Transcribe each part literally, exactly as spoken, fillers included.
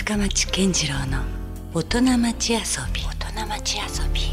深町健次郎の大人町遊び大人町遊び。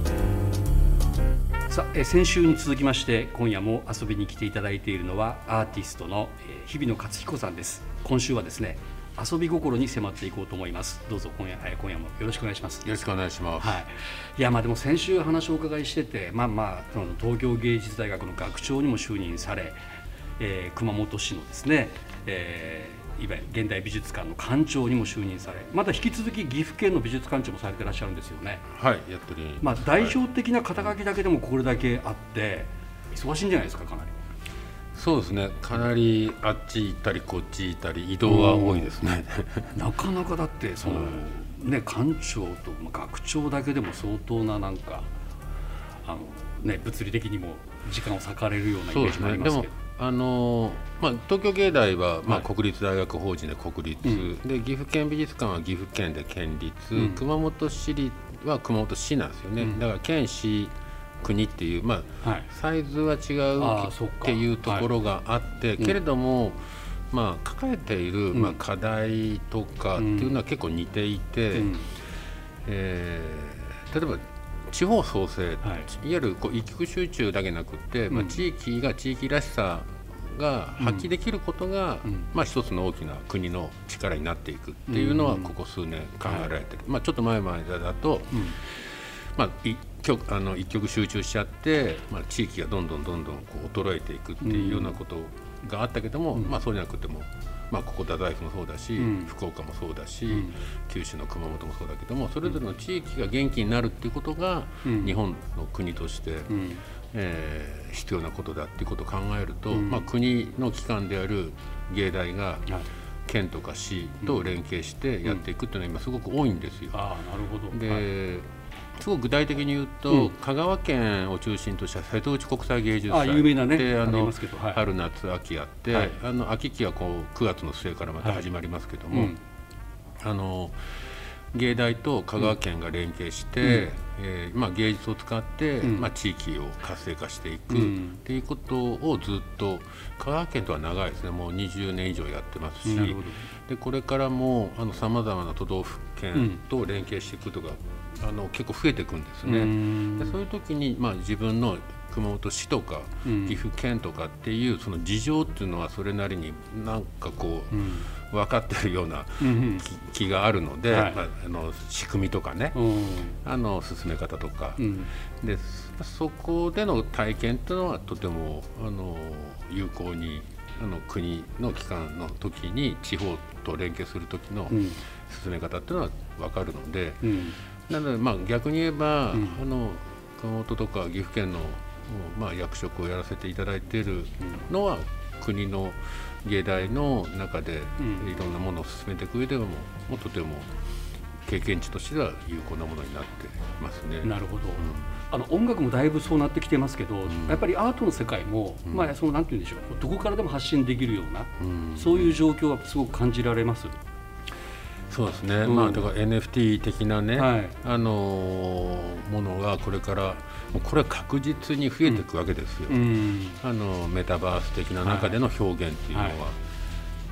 さあ、え先週に続きまして今夜も遊びに来ていただいているのはアーティストの、えー、日比野勝彦さんです。今週はですね、遊び心に迫っていこうと思います。どうぞ今夜、えー、今夜もよろしくお願いします。 よろしくお願いします。 はい、いやまあでも先週話をお伺いしてて、まあまあその東京芸術大学の学長にも就任され、えー、熊本市のですね、えーいわゆる現代美術館の館長にも就任され、また引き続き岐阜県の美術館長もされてらっしゃるんですよね。 はい、やってる。 まあ、代表的な肩書きだけでもこれだけあって忙しいんじゃないですか。かなり。 そうですね、かなりあっち行ったりこっち行ったり移動が多いですね。 なかなかだってその、うん、ね、館長と学長だけでも相当ななんかあの、ね、物理的にも時間を割かれるようなイメージもありますけど。 あのまあ、東京芸大は、まあ、国立大学法人で国立、はい、で岐阜県美術館は岐阜県で県立、うん、熊本市立は熊本市なんですよね、うん、だから県市国っていう、まあはい、サイズは違うっていうところがあって、はい、けれども、うん、まあ、抱えている、まあ、課題とかっていうのは結構似ていて、うん、えー、例えば地方創生、はい、いわゆるこう一極集中だけなくて、うん、まあ、地域が地域らしさが発揮できることが、うん、まあ、一つの大きな国の力になっていくっていうのはここ数年考えられてる、はい、まあ、ちょっと前々だと、うん、まあ、一極、あの一極集中しちゃって、まあ、地域がどんどんどんどんこう衰えていくっていうようなことがあったけども、うん、まあ、そうじゃなくても、まあ、ここ太宰府もそうだし、うん、福岡もそうだし、うん、九州の熊本もそうだけども、それぞれの地域が元気になるっていうことが、うん、日本の国として、うん、えー、必要なことだっていうことを考えると、うん、まあ、国の機関である芸大が、はい、県とか市と連携してやっていくっていうのは今すごく多いんですよ。 うん、あ、なるほど。 で、 はい、 すごく具体的に言うと、うん、香川県を中心とした瀬戸内国際芸術祭、 あ、有名なね、 で、あの、 はい、 春夏秋あって、はい、あの秋期はこうくがつの末からまた始まりますけども、はい、うん、あの芸大と香川県が連携して、うん、えーまあ、芸術を使って、うん、まあ、地域を活性化していくっていうことをずっと香川県とは長いですね、もうにじゅうねん以上やってますし、でこれからもさまざまな都道府県と連携していくことが、うん、あの結構増えていくんですね。でそういう時に、まあ、自分の熊本市とか岐阜県とかっていうその事情っていうのはそれなりになんかこう、うん、分かってるような 気,、うん、気があるので、はい、まあ、あの仕組みとかね、うん、あの進め方とか、うん、でそこでの体験っていうのはとてもあの有効にあの国の機関の時に地方と連携する時の進め方っていうのは分かるので、うん、なので、まあ、逆に言えば、うん、あの熊本とか岐阜県の、まあ、役職をやらせていただいているのは、うん、国の芸大の中でいろんなものを進めていく上でも、もうとても経験値としては有効なものになってますね。 なるほど、うん、あの音楽もだいぶそうなってきてますけど、うん、やっぱりアートの世界も、うん、まあ、そのなんて言うんでしょう、どこからでも発信できるような、うん、そういう状況はすごく感じられます。 そうですね、うん、まあ、だから エヌエフティー 的なね、はい、あのものがこれからこれは確実に増えていくわけですよ、うん、あのメタバース的な中での表現っていうのは、はいはい、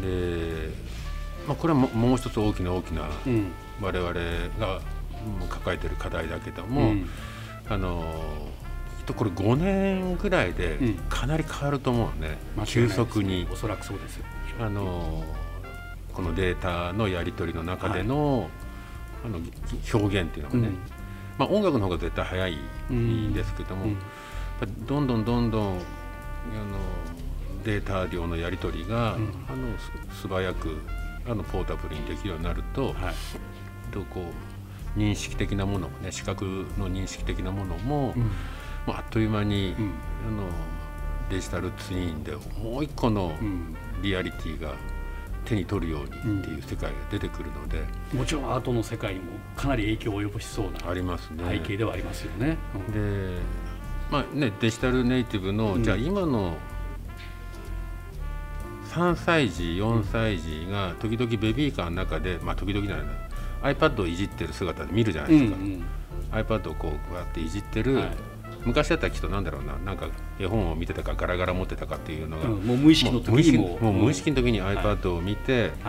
で、まあ、これは も, もう一つ大きな大きな我々が抱えている課題だけども、うん、あのこれごねんぐらいでかなり変わると思うね、うん、急速に。 おそらくそうですよ。 あのこのデータのやり取りの中での、はい、あの表現っていうのがね、うん、まあ、音楽の方が絶対早いんですけども、うんうん、どんどんどんどんあのデータ量のやり取りが、うん、あの素早くあのポータブルにできるようになると、はい、とこう認識的なものもね、視覚の認識的なものも、うん、もうあっという間に、うん、あのデジタルツインでもう一個のリアリティが手に取るようにっていう世界が出てくるので、 うん、もちろんアートの世界にもかなり影響を及ぼしそうなありますね、 背景ではありますよね。 で、まあね、デジタルネイティブの、うん、じゃあ今のさんさい児よんさい児が時々ベビーカーの中で、まあ、時々じゃないな iPad をいじってる姿で見るじゃないですか、うんうん、iPad をこうこうやっていじってる、はい、昔だったらきっとなんだろうな、なんか絵本を見てたかガラガラ持ってたかっていうのが、 うん、もう無意識の時にももう無意識の時に iPad を見て、はい、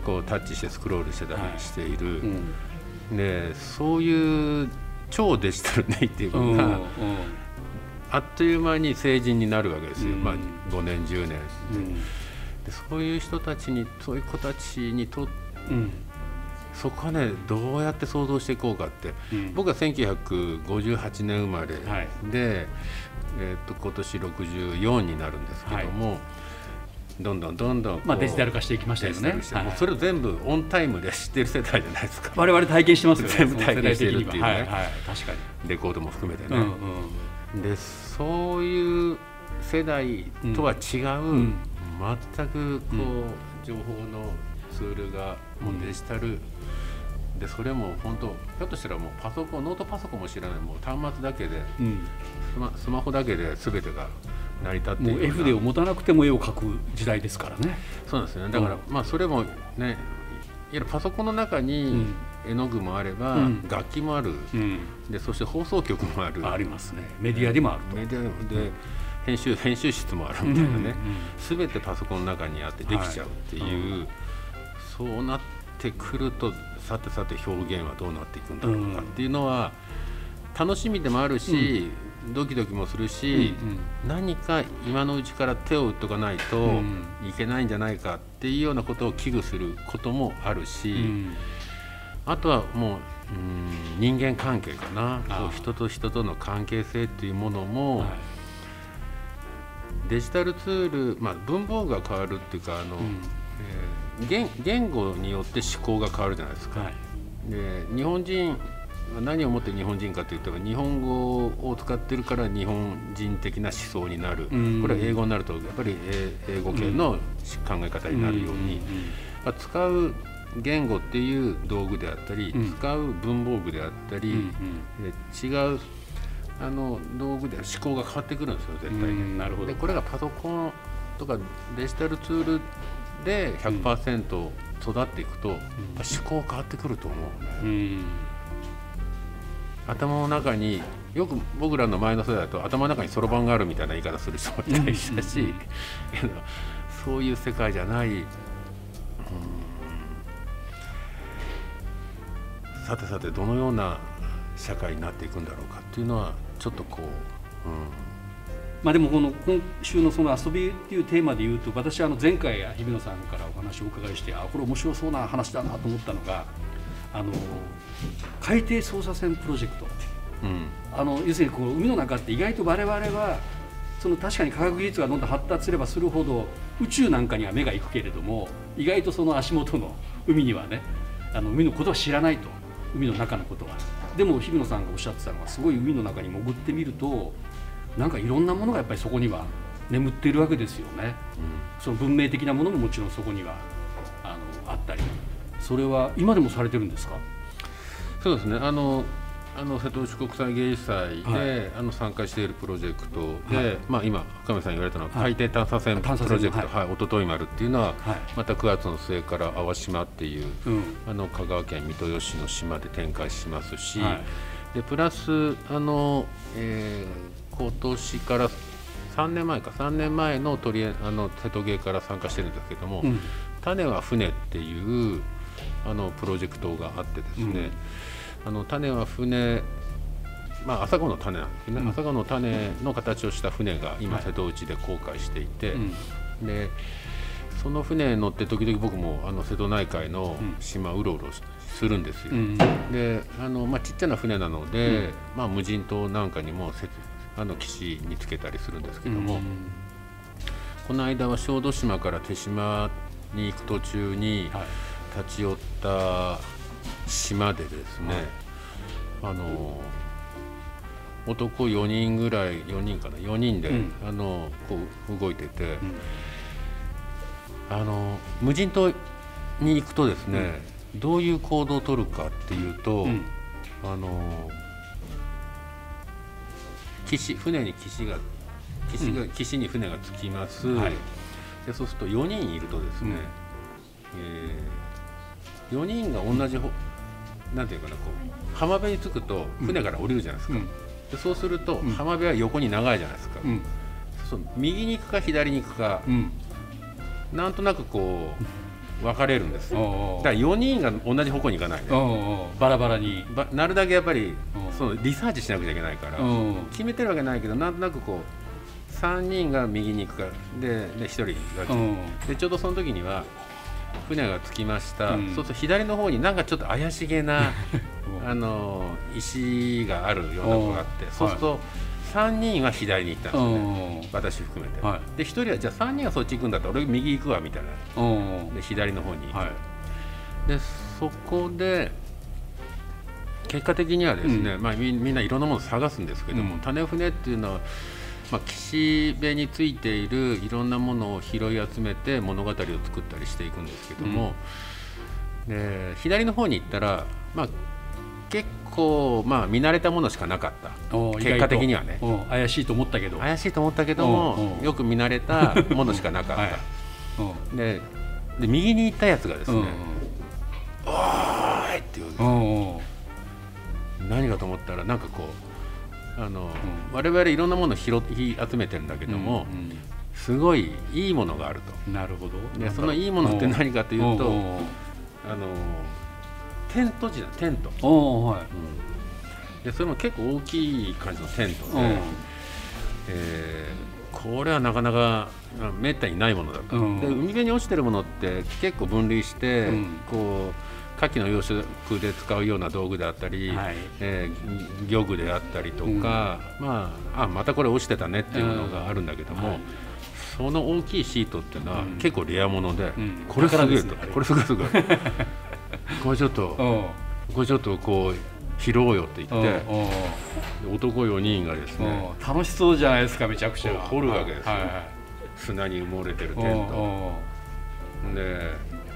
こうタッチしてスクロールしてたりしている、 はいうん、 でそういう超デジタルネイティブが、うんうん、あっという間に成人になるわけですよ、うんまあ、ごねんじゅうねんで、うん、でそういう人たちにそういう子たちにとって、うんそこはねどうやって想像していこうかって、うん、僕はせんきゅうひゃくごじゅうはちねん生まれで、はいえー、と今年ろくじゅうよんになるんですけども、はい、どんどんどんどん、 まあ、デジタル化していきましたよね。 はい、もうそれを全部オンタイムで知ってる世代じゃないですか。 我々体験してますよね。 全部体験してるっていうね、 はいはい、確かにレコードも含めてね、うんうん、でそういう世代とは違う、うん、全くこう、うん、情報のツールがもうデジタル、うんでそれも本当ひょっとしたらもうパソコンノートパソコンも知らないもう端末だけで、うん、スマ、スマホだけで全てが成り立っているもう絵筆を持たなくても絵を描く時代ですからね。 そうなんですね。だから、うん、まあそれもねいわゆるパソコンの中に絵の具もあれば、うん、楽器もある、うん、でそして放送局もあるありますね。メディアでもあるとメディアで、うん、編集編集室もあるみたいなね、うんうん、全てパソコンの中にあってできちゃうっていう、はいうん、そうなってくるとさてさて表現はどうなっていくんだろうかっていうのは楽しみでもあるし、うん、ドキドキもするし、うんうん、何か今のうちから手を打っとかないといけないんじゃないかっていうようなことを危惧することもあるし、うん、あとはもう、うん、人間関係かなこう人と人との関係性っていうものも、はい、デジタルツール、まあ、文房具が変わるっていうかあの、うんえー言, 言語によって思考が変わるじゃないですか、はい、で日本人何をもって日本人かといったら日本語を使ってるから日本人的な思想になる、うん、これは英語になるとやっぱり英語系の考え方になるように、うん、使う言語っていう道具であったり、うん、使う文房具であったり、うん、違うあの道具で思考が変わってくるんですよ絶対に、うん、なるほど。でこれがパソコンとかデジタルツールで ひゃくパーセント 育っていくと、うん、思考変わってくると思うね、うん、頭の中によく僕らの前の世代だと頭の中にそろばんがあるみたいな言い方する人もいたりしたし、うん、そういう世界じゃない、うん、さてさてどのような社会になっていくんだろうかっていうのはちょっとこう、うんまあ、でもこの今週のその遊びっていうテーマでいうと私はあの前回日比野さんからお話をお伺いしてあこれ面白そうな話だなと思ったのがあの海底捜査船プロジェクト、うん、あの要するにこう海の中って意外と我々はその確かに科学技術がどんどん発達すればするほど宇宙なんかには目が行くけれども意外とその足元の海にはねあの海のことは知らないと海の中のことは。でも日比野さんがおっしゃってたのはすごい海の中に潜ってみるとなんかいろんなものがやっぱりそこには眠っているわけですよね、うん、その文明的なものももちろんそこには あのあったりそれは今でもされてるんですか？ そうですねあのあの瀬戸内国際芸術祭で、はい、あの参加しているプロジェクトで、はいまあ、今亀さん言われたのは、はい、海底探査船プロジェクト、はいはい、おととい丸っていうのは、はい、またくがつの末から淡島っていう、うん、あの香川県三豊市の島で展開しますし、はい、でプラスあの、えー今年からさんねんまえかさんねんまえの取りあの瀬戸芸から参加してるんですけども、うん、種は船っていうあのプロジェクトがあってですね、うん、あの種は船まあ朝顔の種なんですね、うん、朝顔の種の形をした船が今瀬戸内で航海していて、はい、でその船に乗って時々僕もあの瀬戸内海の島うろうろするんですよ、うん、であの、まあ、ちっちゃな船なので、うんまあ、無人島なんかにもあの岸につけたりするんですけども、うん、この間は小豆島から手島に行く途中に立ち寄った島でですね、はい、あの男よにんぐらいよにんかなよにんで、うん、あのこう動いてて、うん、あの無人島に行くとですね、うん、どういう行動を取るかっていうと、うん、あの岸船に岸が 岸, が、うん、岸に船が着きます、はい、でそうするとよにんいるとですね、うんえー、よにんが同じほなんていうかなこう浜辺に着くと船から降りるじゃないですか、うん、でそうすると、うん、浜辺は横に長いじゃないですか、うん、そう右に行くか左に行くか、うん、なんとなくこう分かれるんです。だおうおうからよにんが同じ方向に行かないね。 おうおうバラバラにばなるだけやっぱりおうそのリサーチしなくちゃいけないからおう決めてるわけないけど、なんとなくこうさんにんが右に行くかで、でひとりがおうでちょうどその時には船が着きました、 うんそうすると左の方になんかちょっと怪しげなあの石があるようなところがあって、そうするとさんにんは左に行ったんですよね、 おう私含めて、 はいでひとりはじゃあさんにんはそっち行くんだったら俺右行くわみたいな、 おうで左の方に行く、 はいでそこで結果的にはですね、 うんまあ、み, みんないろんなものを探すんですけども、 うん種船っていうのは、まあ、岸辺についているいろんなものを拾い集めて物語を作ったりしていくんですけども、で左の方に行ったら、まあ、結構、まあ、見慣れたものしかなかったおう結果的にはねおう怪しいと思ったけど怪しいと思ったけども、 うんうんよく見慣れたものしかなかった、 はいおうでで右に行ったやつがですね、 うんおーいっていううんおう何かと思ったらなんかこうあの、うん、我々いろんなものを拾い集めてるんだけども、 うんうんすごいいいものがあると。 なるほど。 でそのいいものって何かというと、 おうおうおうあのテント地だテント、 おうはいうん、でそれも結構大きい感じのテントで、 うんえーこれはなかなかめったにないものだと、 うんで海辺に落ちてるものって結構分類して、 うんこう牡蠣の養殖で使うような道具であったり、 はいえー漁具であったりとか、うんまあ、あまたこれ落ちてたねっていうのがあるんだけども、 うんはいその大きいシートっていうのはうん結構レアもので、 うんこれすごいと、 宝ですねこれすごいすごいこれちょっとおうこれちょっとこう拾おうよって言おうっておうで男よにんがですねおう楽しそうじゃないですかめちゃくちゃこう掘るわけですよはいはい砂に埋もれてるテンおうトおうで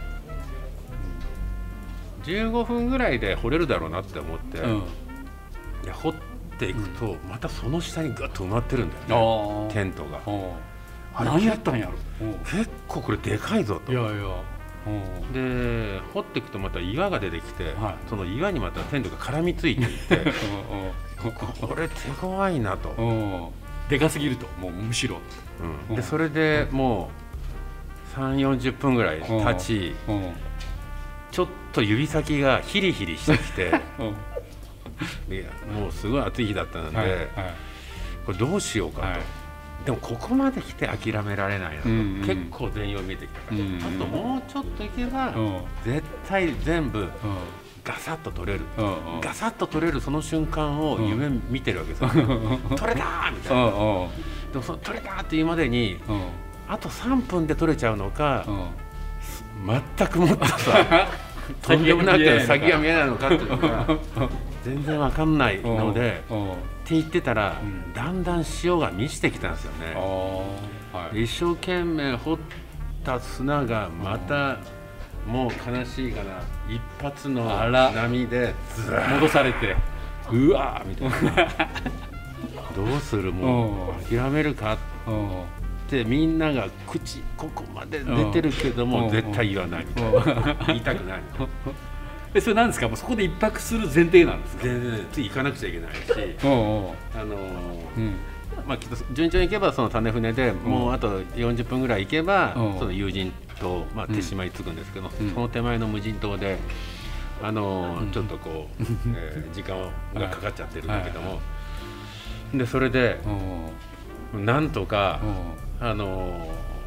じゅうごふんぐらいで掘れるだろうなって思って、 うんいや掘っていくとまたその下にガッと埋まってるんだあよねーテントがおうあれ何やったんやろ結構これでかいぞといやいやおうで掘っていくとまた岩が出てきて、 はいその岩にまたテントが絡みついていっておうこれ手強いなと、 おうおうでかすぎるともうむしろうんでそれでもうさんじゅうよんじゅっぷんぐらい経ちおうちょっと指先がヒリヒリしてきておういやもうすごい暑い日だったので、 はいはいこれどうしようかと、 はいでもここまで来て諦められないなと、 うんうん結構全容見えてきたから、 うんうんあともうちょっといけば、 うん絶対全部うんガサッと取れる、 うんうんガサッと取れるその瞬間を夢見てるわけですよ、取れたーみたいな、 うんうんでもその取れたーっていうまでにうんあとさんぷんで取れちゃうのか、 うん全くもっとさとんでもなく先が見えないのかっていうのが全然わかんないので、 うんうんって言ってたら、 うんだんだん潮が満ちてきたんですよね。 あーはい一生懸命掘った砂がまたもう悲しいかな一発のあら波でずーっ戻されてうわーみたいなどうするもう諦めるかうんってみんなが口ここまで出てるけどもうん絶対言わないみたいな言いたくないえそれなんですかもうそこで一泊する前提なんですか全然次行かなくちゃいけないしうんうんあのーうんまあ、きっと順調に行けばその種船でもうあとよんじゅっぷんぐらい行けば、 うんその友人と、まあ、手島に着くんですけど、 うんその手前の無人島で、あのーうんちょっとこう、えー時間がかかっちゃってるんだけども、でそれでうんなんとか、 うんあのー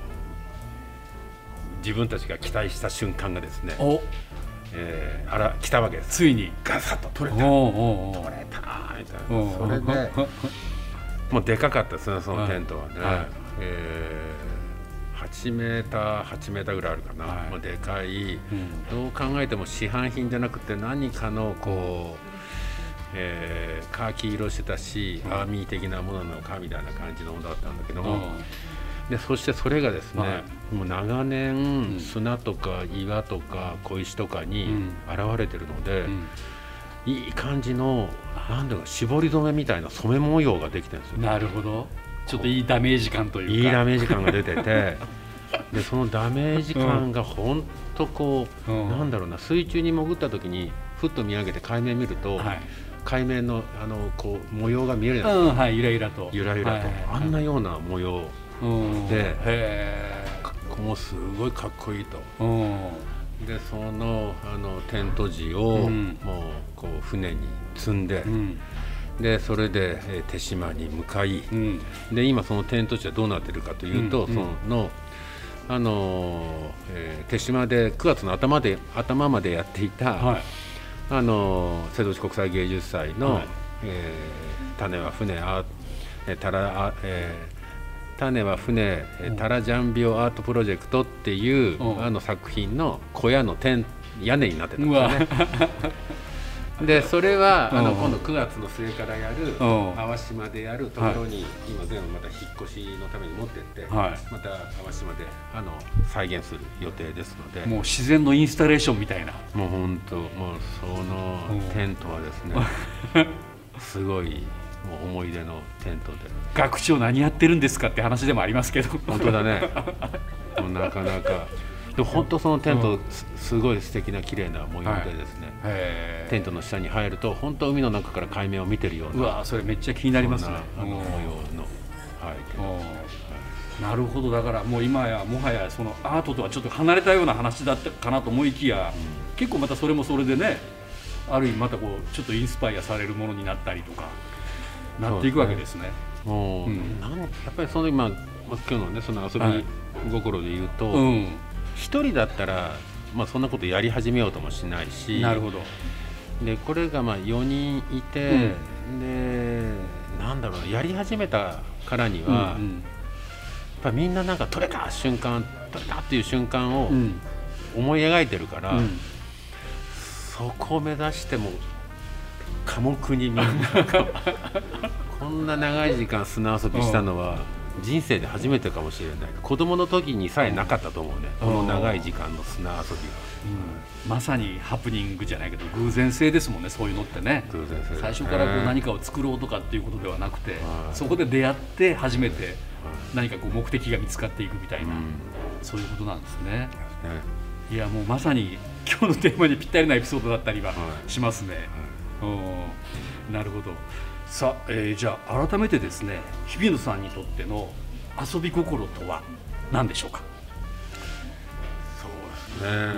自分たちが期待した瞬間がですね、 おえーあら来たわけです。 ついにガサッと取れたおうおうおう取れたみたいおうなそれでもうでかかったですねそのテントはね、 はいえーはちメーターはちメーターぐらいあるかな、 はいもうでかい、 うんどう考えても市販品じゃなくて何かのこう、えーカーキ色してたし、 うんアーミー的なものなのかみたいな感じのものだったんだけども、 うんでそしてそれがですね、 はもう長年、 うん砂とか岩とか小石とかにうん現れてるので、 うんいい感じのなんだろう絞り染めみたいな染め模様ができてるんですよ。 なるほどちょっといいダメージ感というかいいダメージ感が出ててでそのダメージ感が本当こう、 うんなんだろうな水中に潜った時にふっと見上げて海面見ると、 はい海面のあのこう模様が見えるじゃないですか、 うんはいゆらゆらとゆらゆらと、 はいあんなような模様うんでへここもすごいかっこいいと。でそのあのテント地を、うん、もうこう船に積んで、うん、でそれで、えー、手島に向かい、うん、で今そのテント地はどうなってるかというと、うん、そのあのーえー、手島でくがつの頭で頭までやっていた、はい、あのー、瀬戸内国際芸術祭の、はい、えー、種は船あ、えー、たらあ、えー種は船タラジャンビオアートプロジェクトっていうあの作品の小屋の天屋根になってたんですよね。でそれはあの今度くがつの末からやる淡島でやるところに今全部また引っ越しのために持ってって、また淡島であの再現する予定ですので、 もう自然のインスタレーションみたいな、 もう本当もうそのテントはですねすごいもう思い出のテントで。 学長何やってるんですかって話でもありますけど。 本当だね。もうなかなかでも本当そのテント、うん、すごい素敵な綺麗な模様でですね、はい、テントの下に入ると本当海の中から海面を見てるような。 うわそれめっちゃ気になりますね。 あの模様の、はい、 なるほど。だからもう今やもはやそのアートとはちょっと離れたような話だったかなと思いきや、うん、結構またそれもそれでね、ある意味またこうちょっとインスパイアされるものになったりとかなっていくわけですね。 もう、うん、なんやっぱりその今今日のねその遊び心で言うと、はい、うん、一人だったらまあそんなことやり始めようともしないし、 なるほど。 でこれがまあよにんいて、うん、でなんだろうな、やり始めたからには、うんうん、やっぱみんななんか取れた瞬間取れたっていう瞬間を思い描いてるから、うん、そこを目指しても寡黙にみんなこんな長い時間砂遊びしたのは人生で初めてかもしれない。子供の時にさえなかったと思うね、この長い時間の砂遊びは、 うん、まさにハプニングじゃないけど偶然性ですもんね、そういうのってね。 偶然性、ね、 最初からこう何かを作ろうとかっていうことではなくて、そこで出会って初めて何かこう目的が見つかっていくみたいな、うん、そういうことなんですね。ね、いやもうまさに今日のテーマにぴったりなエピソードだったりはしますね。はいはい、なるほど。さあ、えー、じゃあ改めてですね、日比野さんにとっての遊び心とは何でしょうか。 そうですね、うん、あの、うん、や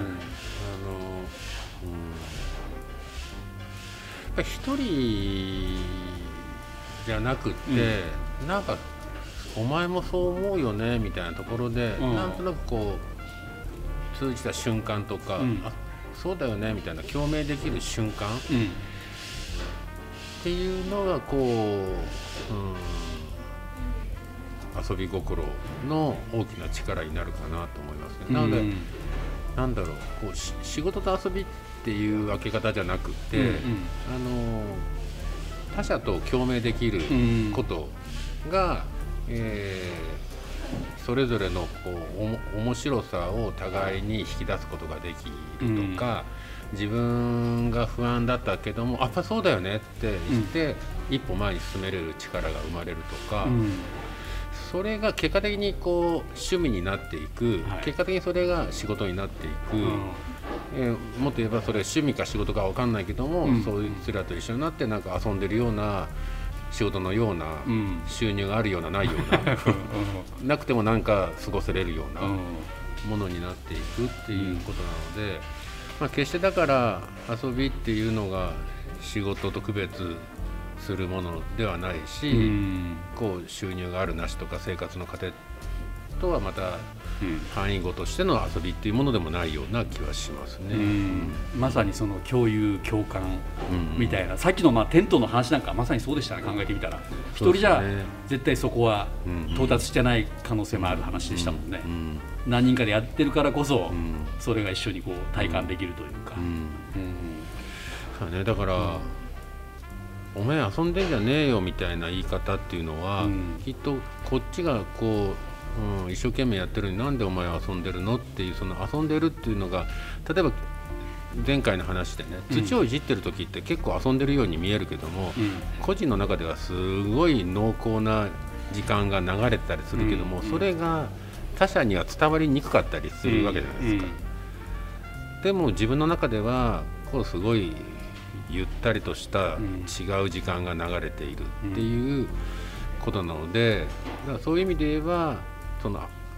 っぱり一人じゃなくって、うん、なんかお前もそう思うよねみたいなところで、うん、なんとなくこう通じた瞬間とか、うん、あ、そうだよねみたいな共鳴できる瞬間、うん、っていうのがこう、うん、遊び心の大きな力になるかなと思いますね。なので、うん、なんだろう、こう仕事と遊びっていう分け方じゃなくて、うんうん、あの他者と共鳴できることが、うん、えー、それぞれのこうお面白さを互いに引き出すことができるとか、うん、自分が不安だったけども、やっぱそうだよねって言って、うん、一歩前に進めれる力が生まれるとか、うん、それが結果的にこう趣味になっていく、はい、結果的にそれが仕事になっていく、うん、えー、もっと言えばそれ趣味か仕事か分かんないけども、うん、そういう人らと一緒になってなんか遊んでるような仕事のような、うん、収入があるようなないようななくてもなんか過ごせれるようなものになっていくっていうことなので、まあ、決してだから遊びっていうのが仕事と区別するものではないし、うん、こう収入があるなしとか生活の糧とはまた範囲語としての遊びっていうものでもないような気はしますね。うん、 まさにその共有共感みたいな、うん、さっきのまあテントの話なんかまさにそうでしたね。考えてみたら一人じゃ絶対そこは到達してない可能性もある話でしたもんね。うんうん、何人かでやってるからこそ、うん、それが一緒にこう体感できるというか、うんうんうん、 そうね、だから、うん、お前遊んでんじゃねえよみたいな言い方っていうのは、うん、きっとこっちがこう、うん、一生懸命やってるのになんでお前は遊んでるのっていう、その遊んでるっていうのが、例えば前回の話でね、土をいじってる時って結構遊んでるように見えるけども、うん、個人の中ではすごい濃厚な時間が流れたりするけども、うん、それが他者には伝わりにくかったりするわけじゃないですか。うんうん、でも自分の中ではこうすごいゆったりとした違う時間が流れているっていうことなので、だからそういう意味で言えばその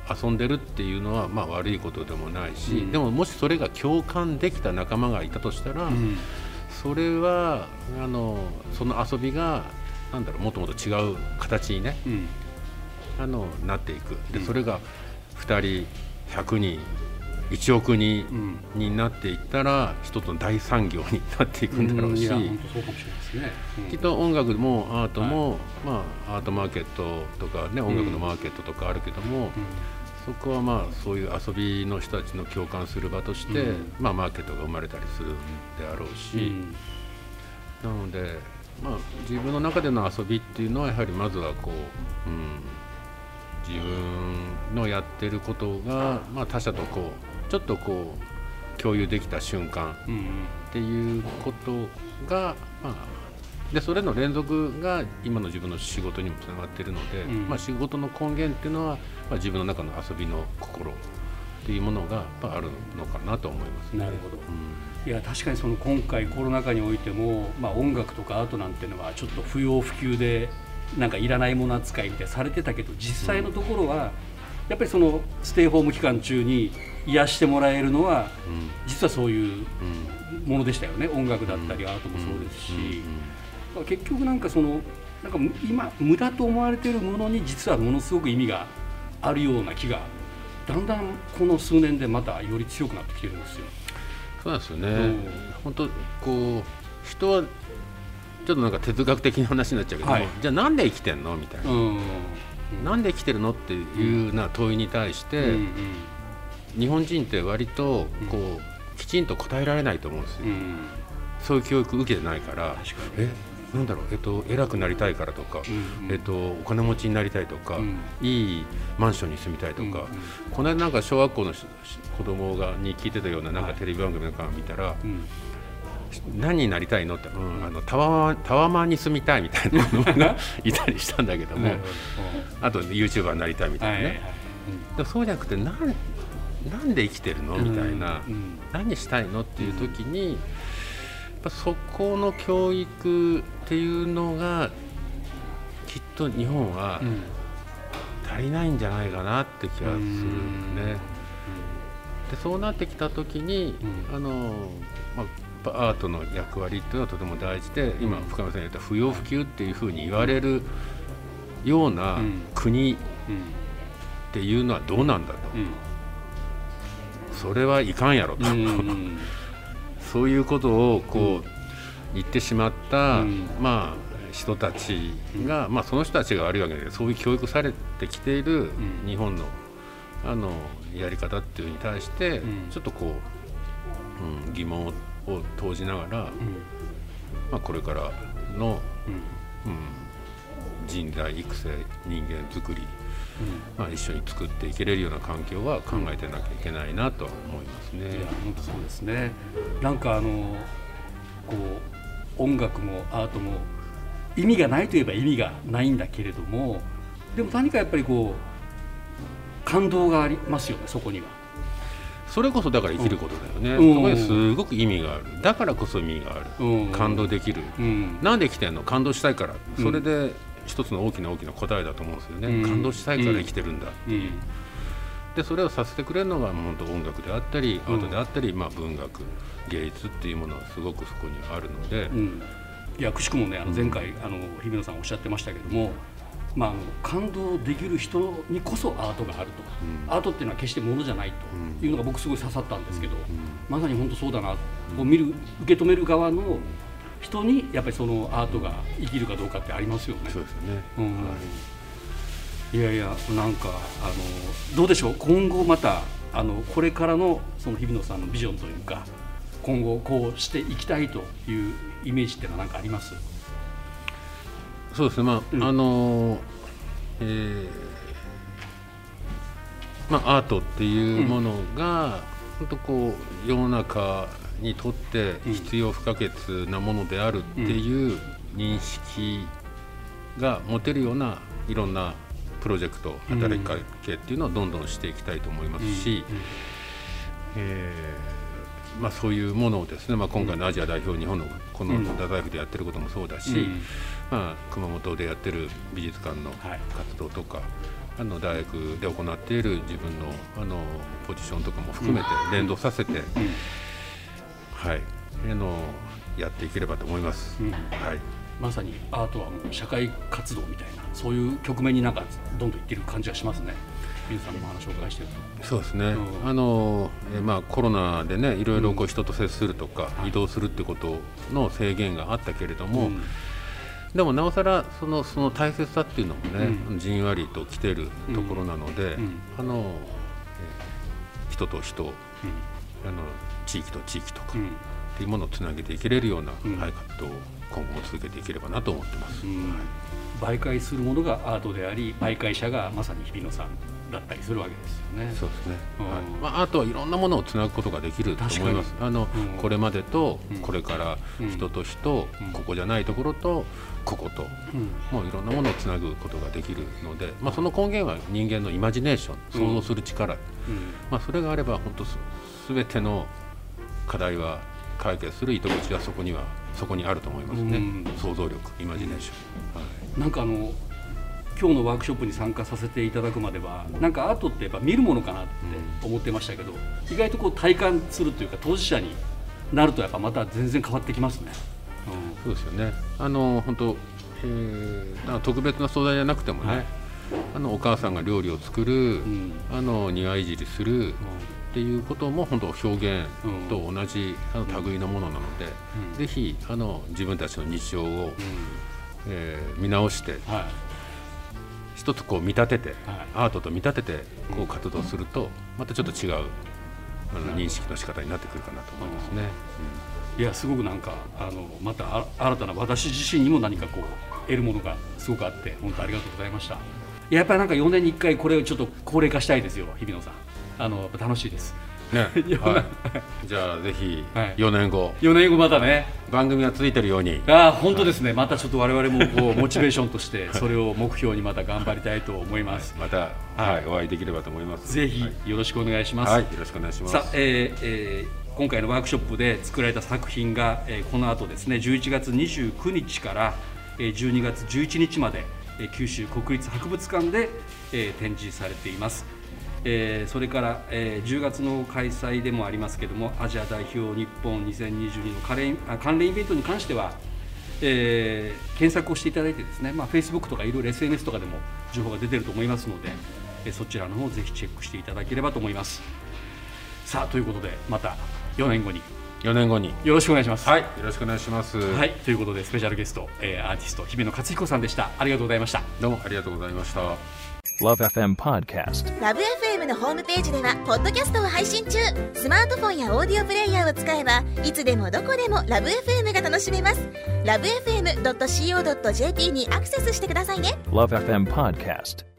遊んでるっていうのはまあ悪いことでもないし、 うん、 でももしそれが共感できた仲間がいたとしたら、うん、それはあのその遊びがなんだろうもっともっと違う形にね、うん、あのなっていく。でそれがふたりひゃくにんいちおくにんになっていったら一つの大産業になっていくんだろうし、きっと音楽もアートも、はい、まあ、アートマーケットとかね、音楽のマーケットとかあるけども、うん、そこはまあそういう遊びの人たちの共感する場として、うん、まあ、マーケットが生まれたりするんであろうし、うん、なので、まあ、自分の中での遊びっていうのはやはりまずはこう、うん、自分のやってることが、まあ、他者とこうちょっとこう共有できた瞬間っていうことが、まあ、でそれの連続が今の自分の仕事にもつながっているので、うん、まあ、仕事の根源っていうのは、まあ、自分の中の遊びの心っていうものがやっぱあるのかなと思いますね。 なるほど、うん、いや確かにその今回コロナ禍においても、まあ、音楽とかアートなんていうのはちょっと不要不急でなんかいらないもの扱いみたいされてたけど、実際のところはやっぱりそのステイホーム期間中に癒してもらえるのは、うん、実はそういうものでしたよね。音楽だったりアートもそうですし、うんうん、結局なんかそのなんか今無駄と思われているものに実はものすごく意味があるような気がだんだんこの数年でまたより強くなってきてるんですよ。 そうなんですよね、うん、本当こう人はちょっとなんか哲学的な話になっちゃうけども、はい、じゃあなんで生きてんのみたいな、うんうん、なんで生きてるのっていうな問いに対して、うんうん、日本人って割とこう、うん、きちんと答えられないと思うんですよ、うん、そういう教育受けてないから、えなんだろう、えっと、偉くなりたいからとか、うんうん、えっと、お金持ちになりたいとか、うん、いいマンションに住みたいとか、うんうん、この間なんか小学校の子供がに聞いてたようななんかテレビ番組なんか見たら、はい、うん、何になりたいのって、うん、あのタワー、タワマンに住みたいみたいな子供がいたりしたんだけどもあと YouTuber になりたいみたいなね、はいはいはい、うん、そうじゃなくて な, なんで生きてるのみたいな、うんうん、何したいのっていう時に、やっぱそこの教育っていうのがきっと日本は足りないんじゃないかなって気がするんですね。でそうなってきた時に、うん、あのまあアートの役割っていうのはとても大事で、今深山さんが言った不要不急っていうふうに言われるような国っていうのはどうなんだと、うんうん、それはいかんやろと、うん、そういうことをこう言ってしまった、うん、まあ人たちが、まあ、その人たちが悪いわけで、そういう教育されてきている日本のあのやり方っていうのに対してちょっとこう、うん、疑問をを投じながら、うん、まあ、これからの、うんうん、人材育成、人間作り、うん、まあ、一緒に作っていけれるような環境は考えてなきゃいけないなとは思いますね。 いや本当そうですね。なんかあのこう音楽もアートも意味がないといえば意味がないんだけれども、でも何かやっぱりこう感動がありますよね、そこには。 それこそだから生きることだよね、うん、そこにすごく意味がある、だからこそ意味がある、うん、感動できる、うん、なんで生きてんの、感動したいから、それで一つの大きな大きな答えだと思うんですよね、うん、感動したいから生きてるんだっていう、うん、でそれをさせてくれるのが本当音楽であったりアートであったり、まあ、文学芸術っていうものはすごくそこにあるので、うん、 いやくしくもね、あの前回、うん、あの日比野さんおっしゃってましたけども、まあ、あの感動できる人にこそアートがあると、うん、アートっていうのは決して物じゃないというのが僕すごい刺さったんですけど、うん、まさに本当そうだな、こう見る受け止める側の人にやっぱりそのアートが生きるかどうかってありますよね。 そうですよね、 うん、はい、いやいや、なんかあのどうでしょう、今後またあのこれからのその日比野さんのビジョンというか、今後こうしていきたいというイメージっていうのは何かあります？ そうですね、まあ、うん、あのえー、まあアートっていうものが、うん、本当こう世の中にとって必要不可欠なものであるっていう認識が持てるようないろんなプロジェクト、働きかけっていうのをどんどんしていきたいと思いますし、うんうん、えーまあ、そういうものをですね、まあ、今回のアジア代表、日本のこの太宰府でやってることもそうだし、うん、まあ、熊本でやってる美術館の活動とか、はい、 あの大学で行っている自分のあのポジションとかも含めて連動させて、うんはい、あのやっていければと思います、うんはい、 まさにアートは社会活動みたいなそういう局面になんかどんどんいってる感じがしますね。皆さんのお話をお伺いしていると。 そうですね、うん、あのえ、まあ、コロナでねいろいろこう人と接するとか、うん、移動するってことの制限があったけれども、うん、でもなおさらその、その大切さっていうのもね、うん、じんわりと来てるところなので、うん、あのえ人と人、うん、あの地域と地域とか、うん、っていうものをつなげていけれるような、うんはい、活動を今後も続けていければなと思ってます、うんはい、媒介するものがアートであり媒介者がまさに日比野さんだったりするわけですよね。 そうですね、うんはいまあ、アートはいろんなものをつなぐことができると思います。あの、うん、これまでとこれから人と人、うん、ここじゃないところとここと、うん、もういろんなものをつなぐことができるので、まあ、その根源は人間のイマジネーション、想像する力、うんまあ、それがあれば本当すべての課題は解決する糸口はそこにはそこにあると思いますね、うん、想像力、イマジネーション、はい、 なんかあの今日のワークショップに参加させていただくまではなんかアートってやっぱ見るものかなって思ってましたけど、うん、意外とこう体感するというか当事者になるとやっぱまた全然変わってきますね、 うん、そうですよね。あの本当、えー、特別な素材じゃなくてもね、はい、あのお母さんが料理を作る、うん、あの庭いじりする、うんっていうことも本当表現と同じあの類のものなので、うん、ぜひあの自分たちの日常を、うんえー、見直して、はい、一つこう見立てて、はい、アートと見立ててこう活動するとまたちょっと違うあの認識の仕方になってくるかなと思いますね、 うん、いやすごくなんかあのまた新たな私自身にも何かこう得るものがすごくあって本当ありがとうございました。やっぱりなんかよねんにいっかいこれをちょっと高齢化したいですよ日比野さん。あの楽しいです、 ねはい、じゃあぜひよねんご、はい、 よねんごまたね番組が続いてるようにあ本当ですね、はい、またちょっと我々もこうモチベーションとしてそれを目標にまた頑張りたいと思います、 はい、また、はい、お会いできればと思います。 ぜひよろしくお願いします、 はい、よろしくお願いします。 さあ、えーえー、今回のワークショップで作られた作品が、えー、この後ですねじゅういちがつにじゅうくにちから、えー、じゅうにがつじゅういちにちまで、えー、九州国立博物館で、えー、展示されています。えー、それから、えー、じゅうがつの開催でもありますけれどもアジア代表日本にせんにじゅうにの関連、関連イベントに関しては、えー、検索をしていただいてですね、まあ、Facebook とかいろいろ エスエヌエス とかでも情報が出てると思いますので、えー、そちらの方をぜひチェックしていただければと思います。さあということでまたよねんごによねんごによろしくお願いします。 はい、よろしくお願いします。 はい、ということでスペシャルゲスト、えー、アーティスト日比野勝彦さんでした。ありがとうございました。 どうもありがとうございました。 ラブ エフエム Podcast。 ラブ エフエム のホームページではポッドキャストを配信中。スマートフォンやオーディオプレイヤーを使えばいつでもどこでもラブ エフエム が楽しめます。ラブ エフエムドットシーオードットジェーピー にアクセスしてくださいね。 ラブ エフエム Podcast。